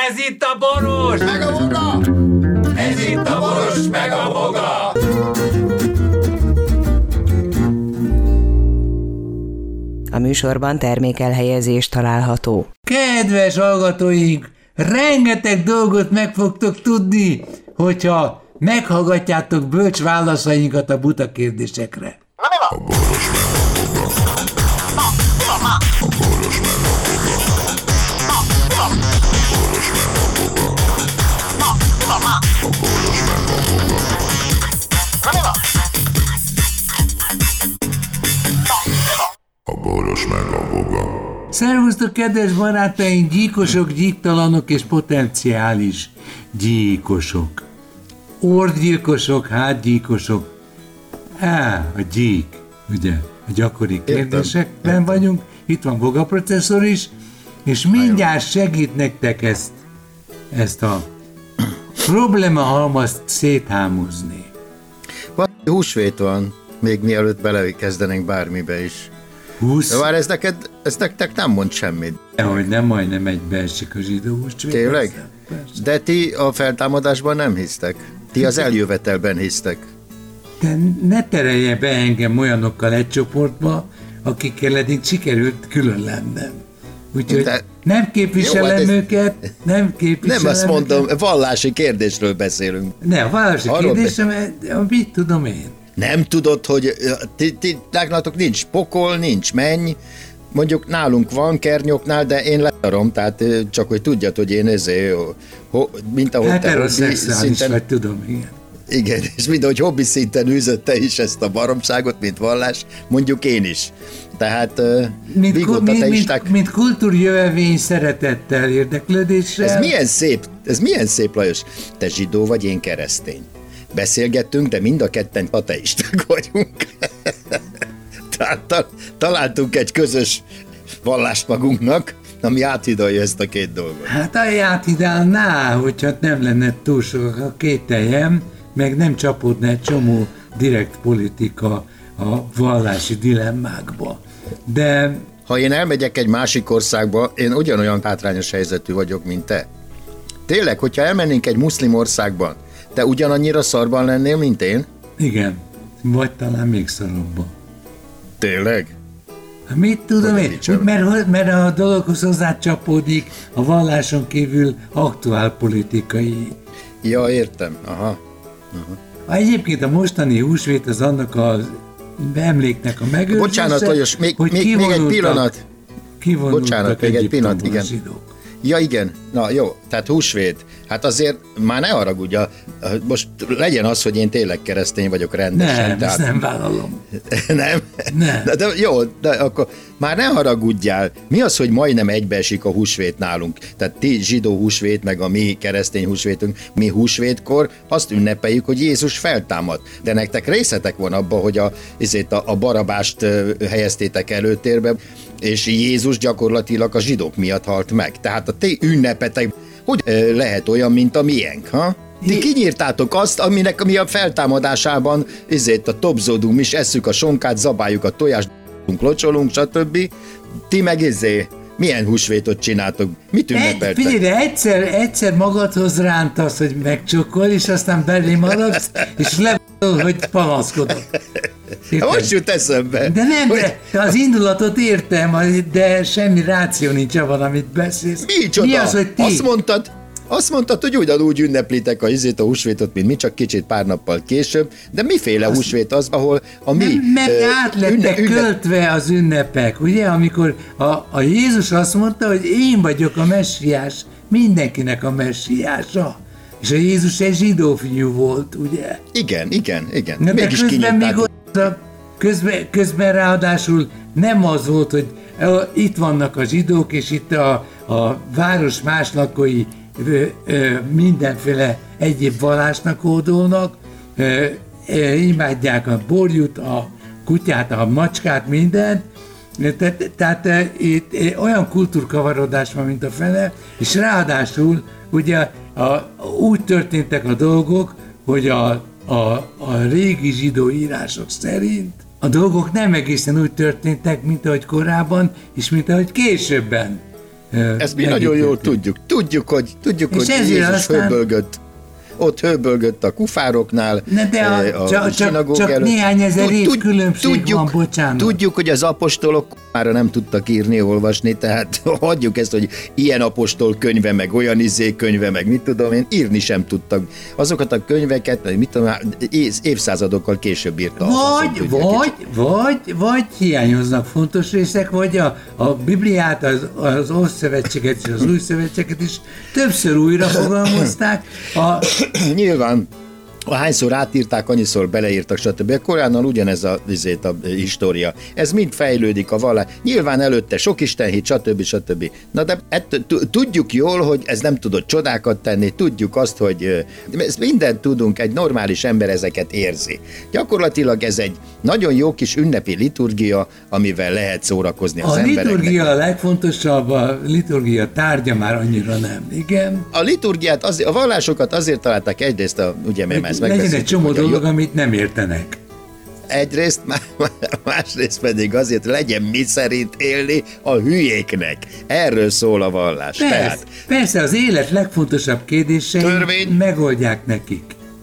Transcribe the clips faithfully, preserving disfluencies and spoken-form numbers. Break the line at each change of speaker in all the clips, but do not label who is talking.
Ez itt a Boros!
Meg a Boga!
Ez itt a Boros, meg a Boga!
A műsorban termékelhelyezés található.
Kedves hallgatóink, rengeteg dolgot meg fogtok tudni, hogyha meghallgatjátok bölcs válaszainkat a buta kérdésekre.
Na mi van?
Szervusztok, kedves barátaink, gyíkosok, gyíktalanok és potenciális gyíkosok. Orrgyilkosok, hátgyíkosok. Á, a gyík, ugye, a gyakori kérdésekben vagyunk. Itt van Boga processzor is, és mindjárt segít nektek ezt, ezt a probléma halmazt széthámozni.
Húsvét van, még mielőtt belekezdenénk bármibe is.
húsz
De már ez neked, ez nektek nem mond semmit.
Hogy nem majdnem egybeesik a zsidó húsvét.
Tényleg? De ti a feltámadásban nem hisztek. Ti az eljövetelben hisztek.
De ne terelje be engem olyanokkal egy csoportba, akikkel eddig sikerült külön lennem. Úgyhogy de nem képviselem jó, őket, nem képviselem
Nem azt mondom,
őket.
Vallási kérdésről beszélünk.
Ne, a vallási
Arról
kérdésem, be... mit tudom én?
Nem tudod, hogy ti, ti, nálatok nincs pokol, nincs menny, mondjuk nálunk van Kernyoknál, de én letarom, tehát csak hogy tudjad, hogy én ezért, mint ahogy
hát
te
hobbi szinten... vagy tudom, igen.
Igen, és mint ahogy hobbi szinten űzött te is ezt a baromságot, mint vallás, mondjuk én is. Tehát
mint,
Vigott
mint,
ateisták...
mint, mint kultúrjövevény szeretettel, érdeklődéssel.
Ez milyen szép, ez milyen szép, Lajos. Te zsidó vagy, én keresztény. Beszélgettünk, de mind a ketten ateisták vagyunk. Tehát ta, találtunk egy közös vallást magunknak, ami áthidalja ezt a két dolgot.
Hát áthidalná, hogyha nem lenne túl sok a kételjem, meg nem csapódna egy csomó direkt politika a vallási dilemmákba. De...
Ha én elmegyek egy másik országba, én ugyanolyan hátrányos helyzetű vagyok, mint te. Tényleg, hogyha elmennénk egy muszlim országban, te ugyanannyira szarban lennél, mint én?
Igen, vagy talán még szarabban.
Tényleg?
Mit tudom én? Mert, mert a dologhoz hozzácsapódik a valláson kívül aktuál politikai.
Ja, értem. Aha. Aha.
Egyébként a mostani húsvét az annak az emléknek a megőrzése.
Bocsánat, Lajos, még, még, még egy pillanat. Bocsánat, még egy pillanat, igen.
Zsidók.
Ja, igen. Na jó, tehát húsvét. Hát azért már ne haragudj, most legyen az, hogy én tényleg keresztény vagyok rendesen.
Nem,
tehát...
ezt nem vállalom.
Nem?
Nem.
De, de jó, de akkor már ne haragudjál. Mi az, hogy majdnem egybeesik a húsvét nálunk? Tehát ti zsidó húsvét, meg a mi keresztény húsvétünk, mi húsvétkor azt ünnepeljük, hogy Jézus feltámad. De nektek részletek van abban, hogy a, ezért a, a barabást helyeztétek előtérbe, és Jézus gyakorlatilag a zsidók miatt halt meg. Tehát a ti ünnepetek hogy lehet olyan, mint a miénk, ha? Ti kinyírtátok azt, aminek mi a feltámadásában ezért a topzódunk, is esszük a sonkát, zabáljuk a tojást, locsolunk, stb. Ti meg ezért milyen húsvétot csináltok? Mit ünnepeltek?
Figyelj, de egyszer, egyszer magadhoz rántasz, hogy megcsokol, és aztán belém maradsz, és le hogy panaszkodok.
Hogy jut eszembe?
De nem,
hogy...
de az indulatot értem, de semmi ráció nincs abban, amit beszélsz.
Micsoda?
Mi az, hogy ti?
Azt mondtad, azt mondtad, hogy ugyanúgy ünneplitek a izét, a húsvétot, mint mi, csak kicsit pár nappal később, de miféle azt... húsvét az, ahol a mi...
Nem, mert
uh,
át lettek ünne, költve az ünnepek, ugye, amikor a, a Jézus azt mondta, hogy én vagyok a messiás, mindenkinek a messiása. És a Jézus egy zsidó fiú volt, ugye?
Igen, igen, igen.
Na, mégis közben még ott a, közben, közben ráadásul nem az volt, hogy itt vannak a zsidók, és itt a, a város más lakói ö, ö, mindenféle egyéb vallásnak hódolnak, ö, ö, imádják a borjút, a kutyát, a macskát, mindent. Tehát, tehát itt olyan kultúrkavarodás van, mint a fele, és ráadásul ugye a, úgy történtek a dolgok, hogy a, a, a régi zsidó írások szerint a dolgok nem egészen úgy történtek, mint ahogy korábban, és mint ahogy későbben
Ezt mi nagyon jól tudjuk. Tudjuk, hogy, tudjuk, hogy Jézus aztán... hőbölgött. Ott hőbölgött a kufároknál,
de a, a csak, csak, csak néhány ezer év tud, különbség
tudjuk,
van, bocsánat.
Tudjuk, hogy az apostolok már nem tudtak írni, olvasni, tehát hagyjuk ezt, hogy ilyen apostol könyve, meg olyan izé könyve, meg mit tudom én, írni sem tudtak. Azokat a könyveket, mit tudom, évszázadokkal később írta.
Vagy, vagy, vagy, vagy hiányoznak fontos részek, vagy a, a Bibliát, az, az Ószövetséget és az Új Szövetséget is többször újra fogalmazták. A
Nyilván, ahányszor átírták, annyiszor beleírtak, stb. A Koránnal ugyanez a, azért a história. Ez mind fejlődik a vallás. Nyilván előtte sok istenhit, stb. stb. Na de ettől, tudjuk jól, hogy ez nem tudott csodákat tenni, tudjuk azt, hogy ezt mindent tudunk, egy normális ember ezeket érzi. Gyakorlatilag ez egy nagyon jó kis ünnepi liturgia, amivel lehet szórakozni az
a
embereknek.
A liturgia a legfontosabb, a liturgia tárgya már annyira nem, igen.
A liturgiát, az, a vallásokat azért találták egyrészt, a, ugye, mert
legyen egy csomó dolog, jó, amit nem értenek.
Egyrészt, másrészt pedig azért legyen mi szerint élni a hülyéknek. Erről szól a vallás.
Persze,
Tehát,
persze az élet legfontosabb kérdései törvény, megoldják nekik.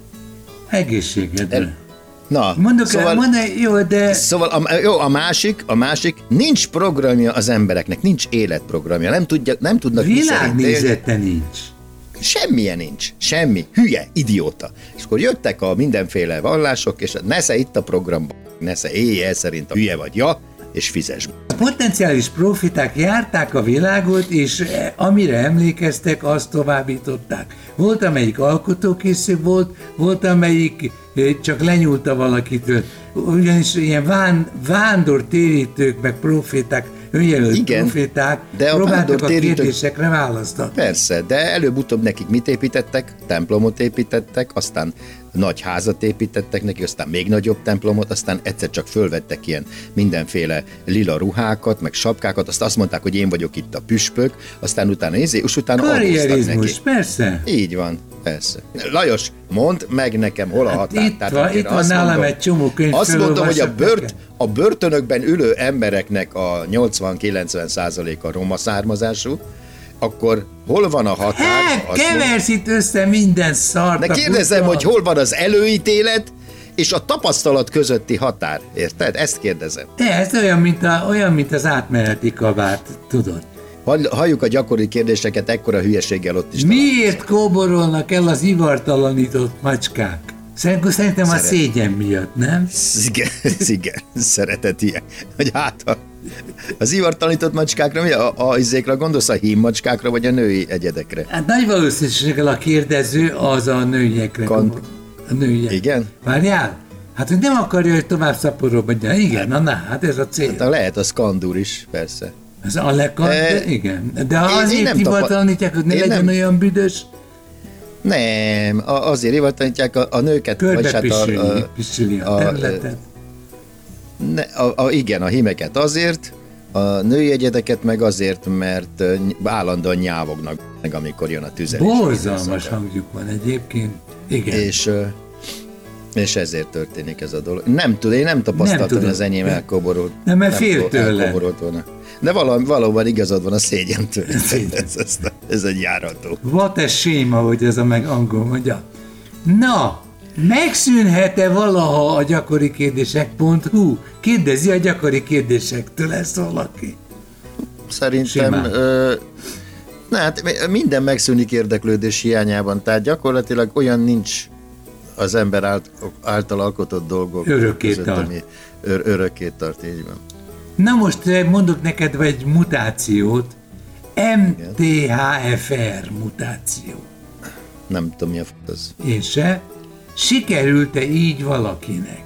Egészségedre.
Na,
mondok
szóval,
el, mondok, jó, de...
Szóval a, jó, a másik, a másik, nincs programja az embereknek, nincs életprogramja, nem, tudja, nem tudnak mi szerint élni.
Világnézete nincs.
Semmilyen nincs. Semmi. Hülye, idióta. És akkor jöttek a mindenféle vallások, és nesze itt a programban, nesze élj el szerint a hülye vagy, ja, és fizes.
A potenciális profiták járták a világot, és amire emlékeztek, azt továbbították. Volt, amelyik alkotókészű volt, volt, amelyik csak lenyúlta valakitől. Ugyanis ilyen ván, vándortérítők, meg profiták, önjelölt proféták de a próbáltak a kérdésekre választani.
Persze, de előbb-utóbb nekik mit építettek? Templomot építettek, aztán nagy házat építettek neki, aztán még nagyobb templomot, aztán egyszer csak fölvettek ilyen mindenféle lila ruhákat, meg sapkákat, azt azt mondták, hogy én vagyok itt a püspök, aztán utána nézi, és utána adóztak neki.
Persze.
Így van, persze. Lajos, mondd meg nekem, hol a
hát
határ.
Itt van, itt van nálam egy csomó könyv.
Azt mondom, hogy a, bört, a börtönökben ülő embereknek a nyolcvan-kilencven százaléka roma származású, akkor hol van a határ?
Hát, keversz itt össze minden szart.
De kérdezem, hogy hol van az előítélet és a tapasztalat közötti határ, érted? Ezt kérdezem.
De ez olyan, mint, a, olyan, mint az átmeneti kabát, tudod.
Halljuk a gyakori kérdéseket, ekkora hülyeséggel ott is.
Miért kóborolnak el az ivartalanított macskák? Szerintem a szégyen miatt, nem?
Igen, igen, szeretet ilyen. Hogy hát a, az ivartalanított macskákra, mi a, a izékra gondolsz, a hímmacskákra, vagy a női egyedekre?
Hát nagy valószínűséggel a kérdező az a nőiekre.
Kont-
a nőiek.
Igen?
Várjál? Hát, hogy nem akarja, hogy tovább szaporodjon. Igen, na, na, hát ez a cél.
Hát lehet a skandur is, persze.
Az a lekant, e, igen. De azért hivatalnítják, hogy ne legyen nem... olyan büdös.
Nem, azért hivatalítják a, a nőket.
Körbe hát pisüli, a, a, pisüli a, a területet.
Ne, a, a, igen, a hímeket azért, a női egyedeket meg azért, mert állandóan nyávognak, meg amikor jön a tüzelés.
Borzalmas hangjuk van egyébként. Igen.
És, és ezért történik ez a dolog. Nem tudom, én nem tapasztaltam, hogy az enyém elkoborult.
Nem, mert fél tőle.
Volna. De való, valóban igazad van a szégyentől. Ez, ez, ez egy járató.
What a shame, ahogy ez a meg angol mondja. Na, megszűnhet-e valaha a gyakori kérdések pont hu? Kérdezi a gyakori kérdésektől ezt valaki.
Szerintem ö, na, hát minden megszűnik érdeklődés hiányában, tehát gyakorlatilag olyan nincs az ember ált, által alkotott dolgok
örökké között, tart.
Ami ör, örökké tart, így van.
Na most mondok neked egy mutációt, em té há ef er mutáció.
Nem tudom, mi a f*** az.
Én se. Sikerült-e így valakinek?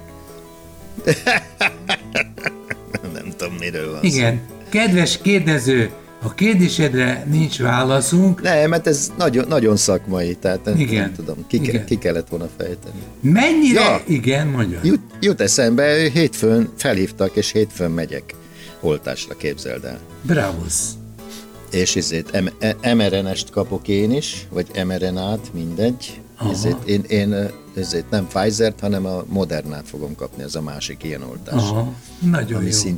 Nem tudom, miről van.
Igen. Kedves kérdező, a kérdésedre nincs válaszunk.
Nem, mert ez nagyon, nagyon szakmai, tehát nem,
igen,
nem tudom, ki,
igen.
ki kellett volna fejteni.
Mennyire? Ja, igen, mondja.
Jut, jut eszembe, hétfőn felhívtak, és hétfőn megyek oltásra, képzeld el.
Bravusz.
És ezért em er en est kapok én is, vagy em er en át, mindegy. Ezért én, én ezért nem Pfizer-t, hanem a Modernát fogom kapni, ez a másik ilyen oltás.
Aha, nagyon
ami
jó.
Szintén,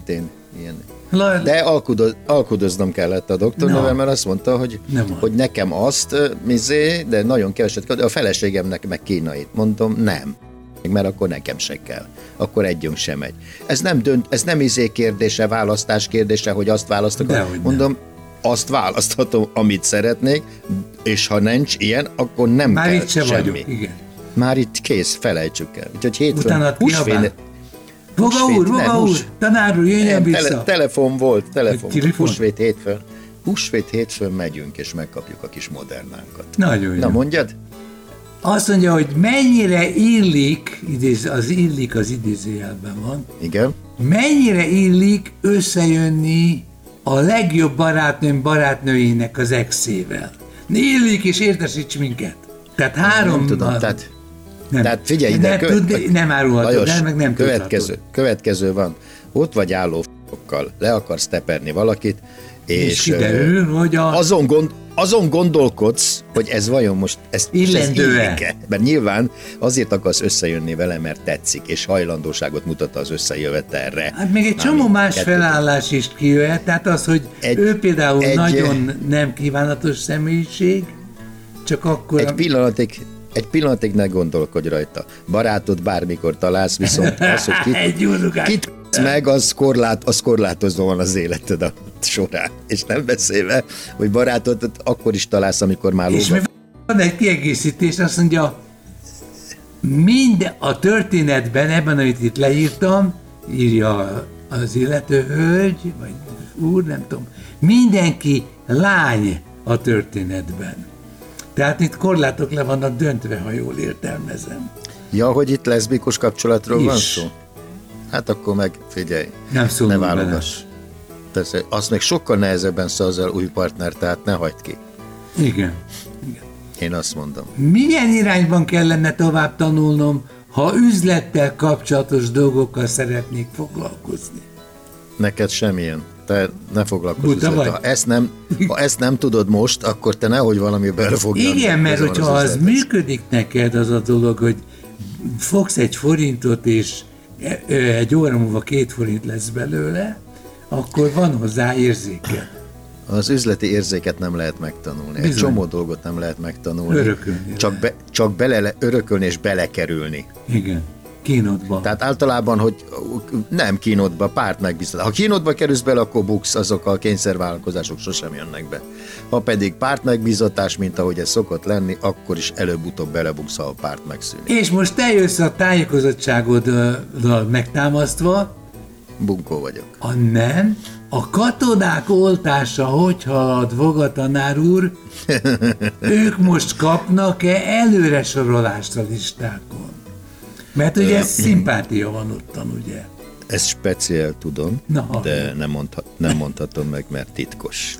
ilyen.
La,
De alkudoz, alkudoznom kellett a doktornővel, mert azt mondta, hogy, hogy nekem azt, mizé, de nagyon keveset, a feleségemnek meg kínait. Mondom, nem, mert akkor nekem se kell. Akkor együnk sem megy. Ez nem, dönt, ez nem izé kérdése, választás kérdése, hogy azt választok. Mondom, nem. Azt választhatom, amit szeretnék, és ha nincs ilyen, akkor nem
Már
kell
itt se
semmi.
vagyok, igen.
Már itt kész, felejtsük el. Úgyhogy hétfőn,
Utána
húsvét,
Voga úr, Voga úr, tanár úr, jöjjön vissza.
Tele, telefon volt, telefon.
Telefon?
Húsvét hétfőn. Húsvét hétfőn megyünk, és megkapjuk a kis modernánkat.
Nagyon jó.
Na mondjad?
Azt mondja, hogy mennyire illik, idéz, az illik az idézőjelben van,
Igen.
mennyire illik összejönni a legjobb barátnőm barátnőjének az exével. Illik, és értesíts minket. Tehát három...
Nem tudom, tehát...
Nem.
Tehát figyelj ide,
nem,
követ,
tudni, nem árulhatod,
Lajos,
nem, meg nem
következő,
tudhatod.
következő van. Ott vagy álló f***okkal, le akarsz teperni valakit, és,
és kiderül, uh, hogy a...
azon, gond, azon gondolkodsz, hogy ez vajon most ez,
illendő-e?
Ez mert nyilván azért akarsz összejönni vele, mert tetszik, és hajlandóságot mutat az összejövetelre.
Hát még egy csomó más kettő. felállás is kijöhet, tehát az, hogy egy, ő például egy, nagyon nem kívánatos személyiség, csak akkor...
Egy a... pillanatig Egy pillanatig ne gondolkodj rajta. Barátod bármikor találsz, viszont az, hogy kit, kit meg, az, korlát, az korlátozva van az életed a során. És nem beszélve, hogy barátod akkor is találsz, amikor már lóban.
És van egy kiegészítés, azt mondja, mind a történetben, ebben, amit itt leírtam, írja az illető hölgy, vagy úr, nem tudom, mindenki lány a történetben. Tehát itt korlátok le vannak döntve, ha jól értelmezem.
Ja, hogy itt leszbikus kapcsolatról
is.
Van szó? Hát akkor meg figyelj,
nem
ne válogass. Persze, azt még sokkal nehezebben szerzel új partner, tehát ne hagyd ki.
Igen. Igen.
Én azt mondom.
Milyen irányban kellene tovább tanulnom, ha üzlettel kapcsolatos dolgokkal szeretnék foglalkozni?
Neked semmilyen. Te ne foglalkozz
üzlettel.
Ha ezt, nem, ha ezt nem tudod most, akkor te nehogy valami belefogjál.
Igen, mert hogyha az, az működik neked az a dolog, hogy fogsz egy forintot, és egy óra múlva két forint lesz belőle, akkor van hozzá érzéked.
Az üzleti érzéket nem lehet megtanulni. Bizony. Egy csomó dolgot nem lehet megtanulni.
Örökölni.
Csak, be, csak bele, örökölni és belekerülni.
Igen. Kínodba.
Tehát általában, hogy nem kínodba, párt megbíztatás. Ha kínodba kerülsz bele, akkor buksz, azok a kényszervállalkozások sosem jönnek be. Ha pedig párt megbízatás, mint ahogy ez szokott lenni, akkor is előbb-utóbb belebuksz, ha a párt megszűnik.
És most te jössz a tájékozottságoddal megtámasztva.
Bunkó vagyok.
A nem. A katonák oltása hogy halad, Voga tanár úr? Ők most kapnak-e előre sorolást a listákon? Mert ugye ez szimpátia van ottan, ugye?
Ezt speciál tudom,
Na,
de nem, mondha, nem mondhatom meg, mert titkos.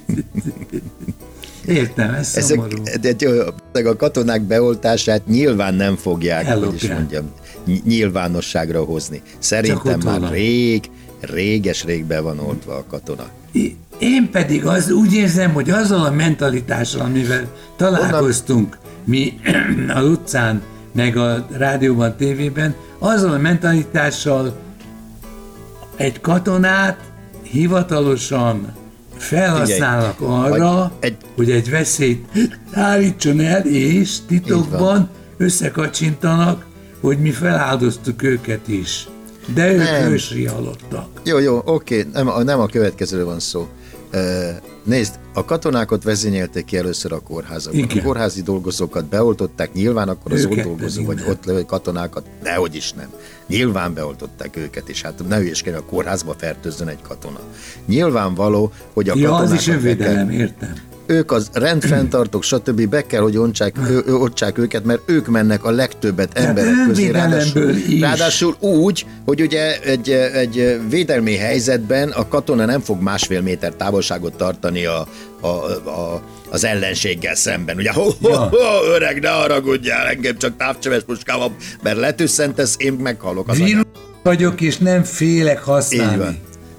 Értem, ez szomorú.
Ezek, de a katonák beoltását nyilván nem fogják,
Ellopják.
hogy is mondjam, nyilvánosságra hozni. Szerintem már valami. rég, réges-rég be van oltva a katona.
Én pedig az, úgy érzem, hogy azzal a mentalitással, amivel találkoztunk mi az utcán, meg a rádióban, tévében, azzal a mentalitással egy katonát hivatalosan felhasználnak arra, egy, hogy egy veszélyt állítson el, és titokban összekacsintanak, hogy mi feláldoztuk őket is. De ők hősri halottak.
Jó, jó, oké, nem, nem a következőről van szó. Nézd, a katonákat vezényelték ki először a kórházakban. Igen. A kórházi dolgozókat beoltották, nyilván akkor az őket ott dolgozó, vagy nem. Ott levő katonákat, dehogy is nem. Nyilván beoltották őket is, hát ne hülyeskedj, a kórházba fertőzzön egy katona. Nyilvánvaló, hogy a
ja,
katonákat...
az is önvédelem, értem.
Ők az rendfenntartók, stb. Be kell, hogy ontsák, ő, ontsák őket, mert ők mennek a legtöbbet emberek közé. Ráadásul, ráadásul úgy, hogy ugye egy, egy védelmi helyzetben a katona nem fog másfél méter távolságot tartani a, a, a, az ellenséggel szemben. Ugye, ho, ho, ho, öreg, ne haragudjál, engem csak távcseves puskával, mert letüsszentesz, én meghalok az
anyám. Vagyok, és nem félek használni.
Így van.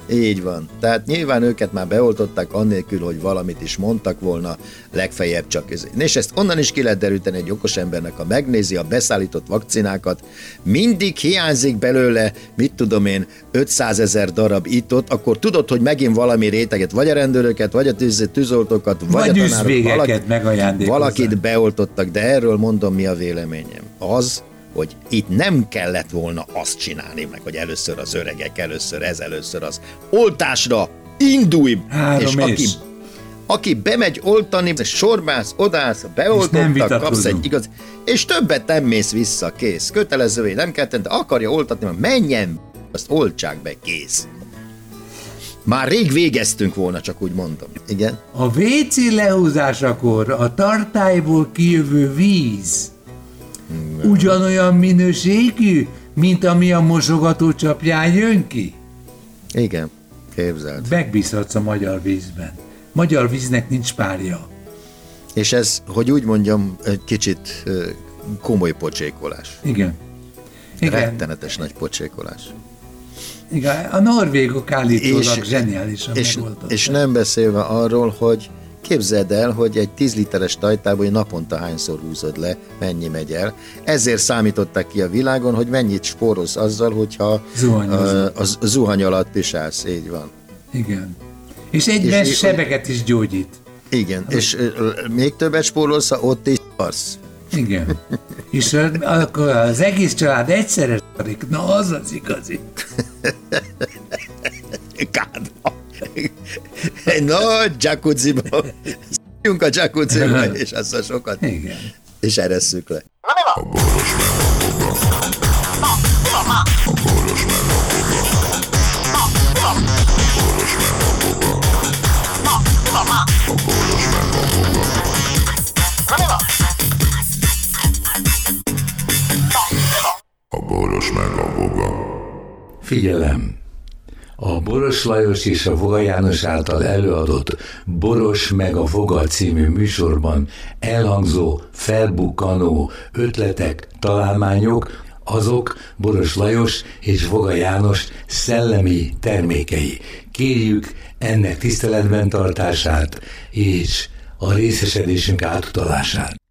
Így van. Tehát nyilván őket már beoltották annélkül, hogy valamit is mondtak volna, legfeljebb csak ez. És ezt onnan is ki lehet deríteni egy okos embernek, ha megnézi a beszállított vakcinákat, mindig hiányzik belőle, mit tudom én, ötszázezer darab itt-ott, akkor tudod, hogy megint valami réteget, vagy a rendőröket, vagy a tűz, tűzoltókat, vagy, vagy a tanárokat, valaki, valakit beoltottak, de erről mondom, mi a véleményem. Az, hogy itt nem kellett volna azt csinálni meg, hogy először az öregek, először ez, először az. Oltásra indulj!
Három és, és.
Aki, aki bemegy oltani, sorbász, odállsz, beoltottak, kapsz egy igaz, és többet nem mész vissza, kész. Kötelezővé nem kell tenni, de akarja oltatni, menjen, azt oltsák be, kész. Már rég végeztünk volna, csak úgy mondom. Igen?
A vé cé lehúzásakor a tartályból kijövő víz ugyanolyan minőségű, mint ami a mosogatócsapján jön ki?
Igen, képzeld.
Megbízhatsz a magyar vízben. Magyar víznek nincs párja.
És ez, hogy úgy mondjam, egy kicsit komoly pocsékolás.
Igen. Igen.
Rettenetes nagy pocsékolás.
Igen, a norvégok állítólag zseniálisan
és,
megoldották.
És nem beszélve arról, hogy képzeld el, hogy egy tíz literes tajtából naponta hányszor húzod le, mennyi megy el. Ezért számították ki a világon, hogy mennyit spórolsz azzal, hogyha a, a zuhany alatt pisálsz. Így van.
Igen. És egyben és, sebeket is gyógyít.
Igen, az és még többet spórolsz, ha ott is szarsz.
Igen. És akkor az egész család egyszerre szarik. Na, az az igazi.
Kádba. Egy nagy jacuzziba. Szüljünk a jacuzziba, és azzal sokat.
Igen.
És eresszük le.
A boros meg a boga. A boros meg a boga. A boros meg a boga. A boros meg a boga. A boros meg a boga.
Figyelem! A Boros Lajos és a Voga János által előadott Boros meg a Voga című műsorban elhangzó, felbukkanó ötletek, találmányok, azok Boros Lajos és Voga János szellemi termékei. Kérjük ennek tiszteletben tartását és a részesedésünk átutalását.